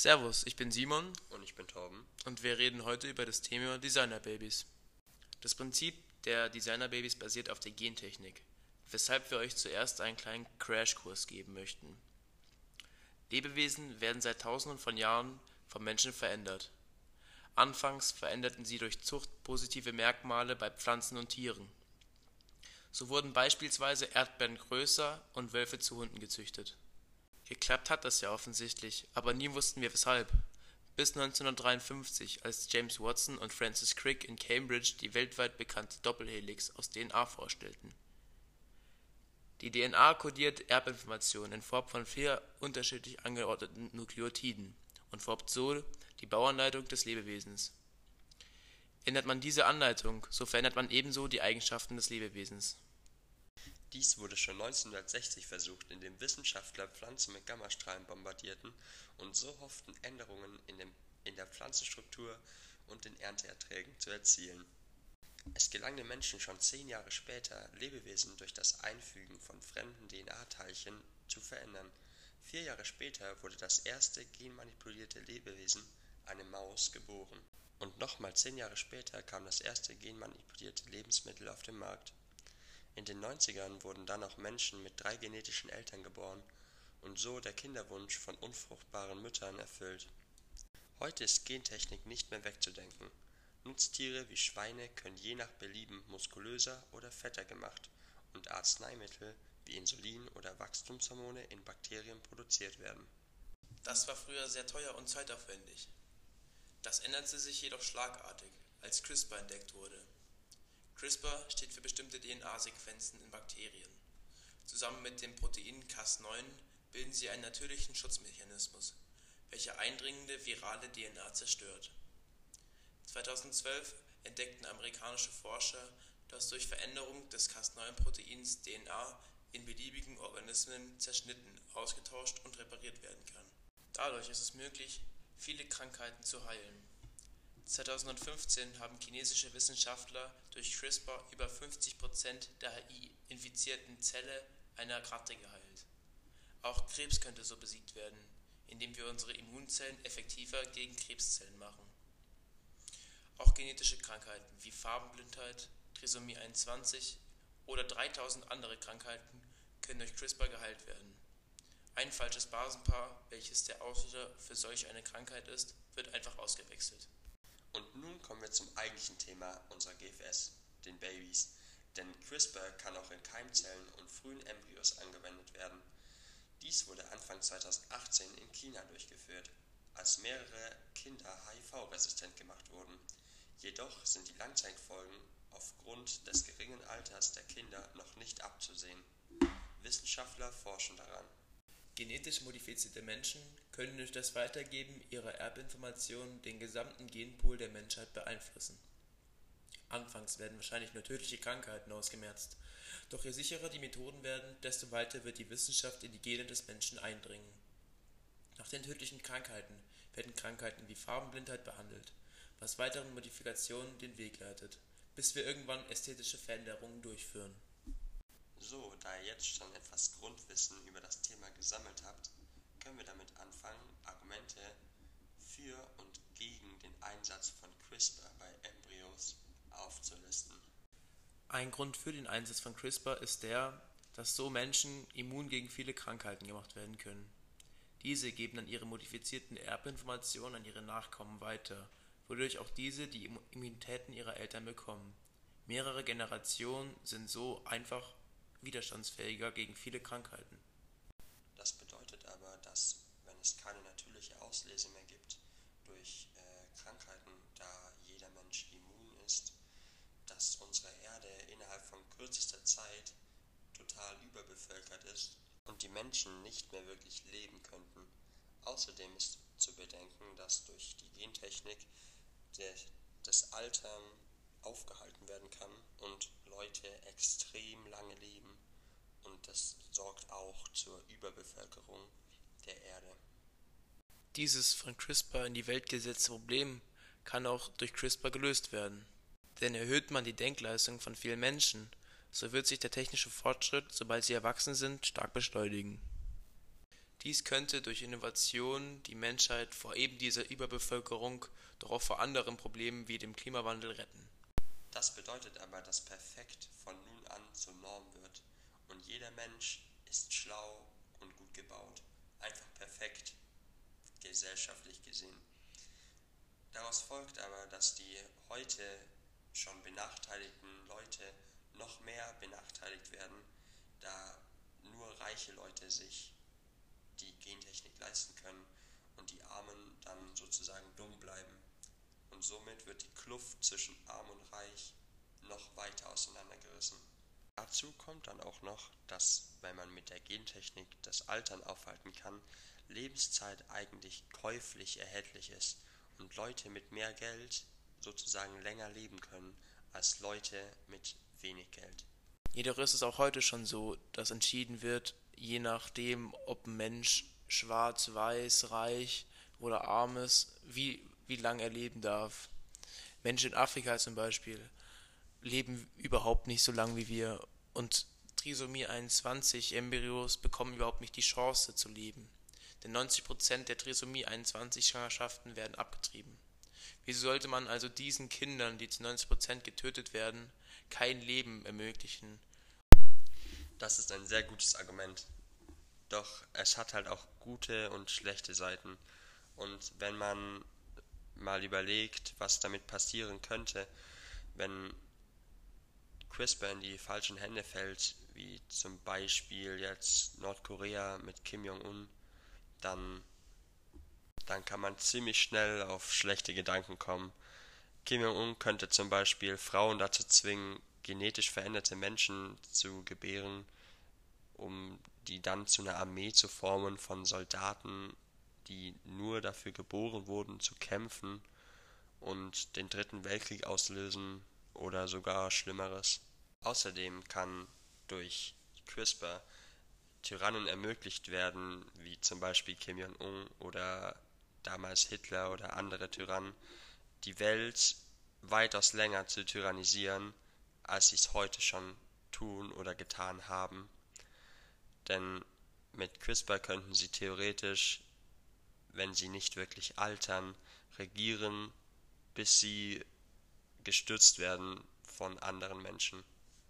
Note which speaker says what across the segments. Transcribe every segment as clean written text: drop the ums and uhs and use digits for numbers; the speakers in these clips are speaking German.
Speaker 1: Servus, ich bin Simon
Speaker 2: Und ich bin Torben.
Speaker 1: und wir reden heute über das Thema Designerbabys. Das Prinzip der Designerbabys basiert auf der Gentechnik, weshalb wir euch zuerst einen kleinen Crashkurs geben möchten. Lebewesen werden seit Tausenden von Jahren vom Menschen verändert. Anfangs veränderten sie durch Zucht positive Merkmale bei Pflanzen und Tieren. So wurden beispielsweise Erdbeeren größer und Wölfe zu Hunden gezüchtet. Geklappt hat das ja offensichtlich, aber nie wussten wir weshalb. Bis 1953, als James Watson und Francis Crick in Cambridge die weltweit bekannte Doppelhelix aus DNA vorstellten. Die DNA kodiert Erbinformationen in Form von 4 unterschiedlich angeordneten Nukleotiden und formt so die Bauanleitung des Lebewesens. Ändert man diese Anleitung, so verändert man ebenso die Eigenschaften des Lebewesens.
Speaker 2: Dies wurde schon 1960 versucht, indem Wissenschaftler Pflanzen mit Gammastrahlen bombardierten und so hofften, Änderungen in der Pflanzenstruktur und den Ernteerträgen zu erzielen. Es gelang den Menschen schon 10 Jahre später, Lebewesen durch das Einfügen von fremden DNA-Teilchen zu verändern. 4 Jahre später wurde das erste genmanipulierte Lebewesen, eine Maus, geboren. Und nochmal 10 Jahre später kam das erste genmanipulierte Lebensmittel auf den Markt. In den 90ern wurden dann auch Menschen mit 3 genetischen Eltern geboren und so der Kinderwunsch von unfruchtbaren Müttern erfüllt. Heute ist Gentechnik nicht mehr wegzudenken. Nutztiere wie Schweine können je nach Belieben muskulöser oder fetter gemacht und Arzneimittel wie Insulin oder Wachstumshormone in Bakterien produziert werden.
Speaker 1: Das war früher sehr teuer und zeitaufwendig. Das änderte sich jedoch schlagartig, als CRISPR entdeckt wurde. CRISPR steht für bestimmte DNA-Sequenzen in Bakterien. Zusammen mit dem Protein Cas9 bilden sie einen natürlichen Schutzmechanismus, welcher eindringende virale DNA zerstört. 2012 entdeckten amerikanische Forscher, dass durch Veränderung des Cas9-Proteins DNA in beliebigen Organismen zerschnitten, ausgetauscht und repariert werden kann. Dadurch ist es möglich, viele Krankheiten zu heilen. 2015 haben chinesische Wissenschaftler durch CRISPR über 50% der HI-infizierten Zelle einer Ratte geheilt. Auch Krebs könnte so besiegt werden, indem wir unsere Immunzellen effektiver gegen Krebszellen machen. Auch genetische Krankheiten wie Farbenblindheit, Trisomie 21 oder 3000 andere Krankheiten können durch CRISPR geheilt werden. Ein falsches Basenpaar, welches der Auslöser für solch eine Krankheit ist, wird einfach ausgewechselt.
Speaker 2: Und nun kommen wir zum eigentlichen Thema unserer GFS, den Babys. Denn CRISPR kann auch in Keimzellen und frühen Embryos angewendet werden. Dies wurde Anfang 2018 in China durchgeführt, als mehrere Kinder HIV-resistent gemacht wurden. Jedoch sind die Langzeitfolgen aufgrund des geringen Alters der Kinder noch nicht abzusehen. Wissenschaftler forschen daran.
Speaker 1: Genetisch modifizierte Menschen können durch das Weitergeben ihrer Erbinformationen den gesamten Genpool der Menschheit beeinflussen. Anfangs werden wahrscheinlich nur tödliche Krankheiten ausgemerzt, doch je sicherer die Methoden werden, desto weiter wird die Wissenschaft in die Gene des Menschen eindringen. Nach den tödlichen Krankheiten werden Krankheiten wie Farbenblindheit behandelt, was weiteren Modifikationen den Weg leitet, bis wir irgendwann ästhetische Veränderungen durchführen.
Speaker 2: So, da ihr jetzt schon etwas Grundwissen über das Thema gesammelt habt, können wir damit anfangen, Argumente für und gegen den Einsatz von CRISPR bei Embryos aufzulisten.
Speaker 1: Ein Grund für den Einsatz von CRISPR ist der, dass so Menschen immun gegen viele Krankheiten gemacht werden können. Diese geben dann ihre modifizierten Erbinformationen an ihre Nachkommen weiter, wodurch auch diese die Immunitäten ihrer Eltern bekommen. Mehrere Generationen sind so einfach widerstandsfähiger gegen viele Krankheiten.
Speaker 2: Das bedeutet aber, dass, wenn es keine natürliche Auslese mehr gibt durch Krankheiten, da jeder Mensch immun ist, dass unsere Erde innerhalb von kürzester Zeit total überbevölkert ist und die Menschen nicht mehr wirklich leben könnten. Außerdem ist zu bedenken, dass durch die Gentechnik das Altern aufgehalten werden kann und Leute extrem lange leben und das sorgt auch zur Überbevölkerung der Erde.
Speaker 1: Dieses von CRISPR in die Welt gesetzte Problem kann auch durch CRISPR gelöst werden. Denn erhöht man die Denkleistung von vielen Menschen, so wird sich der technische Fortschritt, sobald sie erwachsen sind, stark beschleunigen. Dies könnte durch Innovation die Menschheit vor eben dieser Überbevölkerung, doch auch vor anderen Problemen wie dem Klimawandel retten.
Speaker 2: Das bedeutet aber, dass perfekt von nun an zur Norm wird und jeder Mensch ist schlau und gut gebaut, einfach perfekt, gesellschaftlich gesehen. Daraus folgt aber, dass die heute schon benachteiligten Leute noch mehr benachteiligt werden, da nur reiche Leute sich die Gentechnik leisten können und die Armen dann sozusagen dumm bleiben. Und somit wird die Kluft zwischen Arm und Reich noch weiter auseinandergerissen. Dazu kommt dann auch noch, dass, wenn man mit der Gentechnik das Altern aufhalten kann, Lebenszeit eigentlich käuflich erhältlich ist und Leute mit mehr Geld sozusagen länger leben können als Leute mit wenig Geld.
Speaker 1: Jedoch ist es auch heute schon so, dass entschieden wird, je nachdem, ob ein Mensch schwarz, weiß, reich oder arm ist, wie lange er leben darf. Menschen in Afrika zum Beispiel leben überhaupt nicht so lang wie wir und Trisomie 21 Embryos bekommen überhaupt nicht die Chance zu leben. Denn 90% der Trisomie 21 Schwangerschaften werden abgetrieben. Wieso sollte man also diesen Kindern, die zu 90% getötet werden, kein Leben ermöglichen?
Speaker 2: Das ist ein sehr gutes Argument. Doch es hat halt auch gute und schlechte Seiten. Und wenn man mal überlegt, was damit passieren könnte, wenn CRISPR in die falschen Hände fällt, wie zum Beispiel jetzt Nordkorea mit Kim Jong-un, dann kann man ziemlich schnell auf schlechte Gedanken kommen. Kim Jong-un könnte zum Beispiel Frauen dazu zwingen, genetisch veränderte Menschen zu gebären, um die dann zu einer Armee zu formen von Soldaten, die nur dafür geboren wurden, zu kämpfen und den Dritten Weltkrieg auslösen oder sogar Schlimmeres. Außerdem kann durch CRISPR Tyrannen ermöglicht werden, wie zum Beispiel Kim Jong-un oder damals Hitler oder andere Tyrannen, die Welt weitaus länger zu tyrannisieren, als sie es heute schon tun oder getan haben. Denn mit CRISPR könnten sie theoretisch, wenn sie nicht wirklich altern, regieren, bis sie gestürzt werden von anderen Menschen.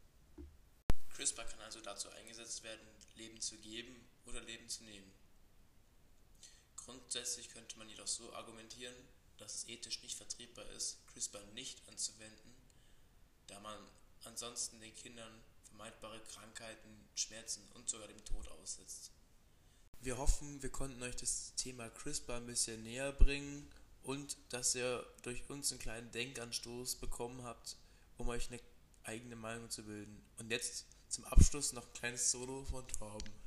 Speaker 1: CRISPR kann also dazu eingesetzt werden, Leben zu geben oder Leben zu nehmen. Grundsätzlich könnte man jedoch so argumentieren, dass es ethisch nicht vertretbar ist, CRISPR nicht anzuwenden, da man ansonsten den Kindern vermeidbare Krankheiten, Schmerzen und sogar dem Tod aussetzt. Wir hoffen, wir konnten euch das Thema CRISPR ein bisschen näher bringen und dass ihr durch uns einen kleinen Denkanstoß bekommen habt, um euch eine eigene Meinung zu bilden. Und jetzt zum Abschluss noch ein kleines Solo von Torben.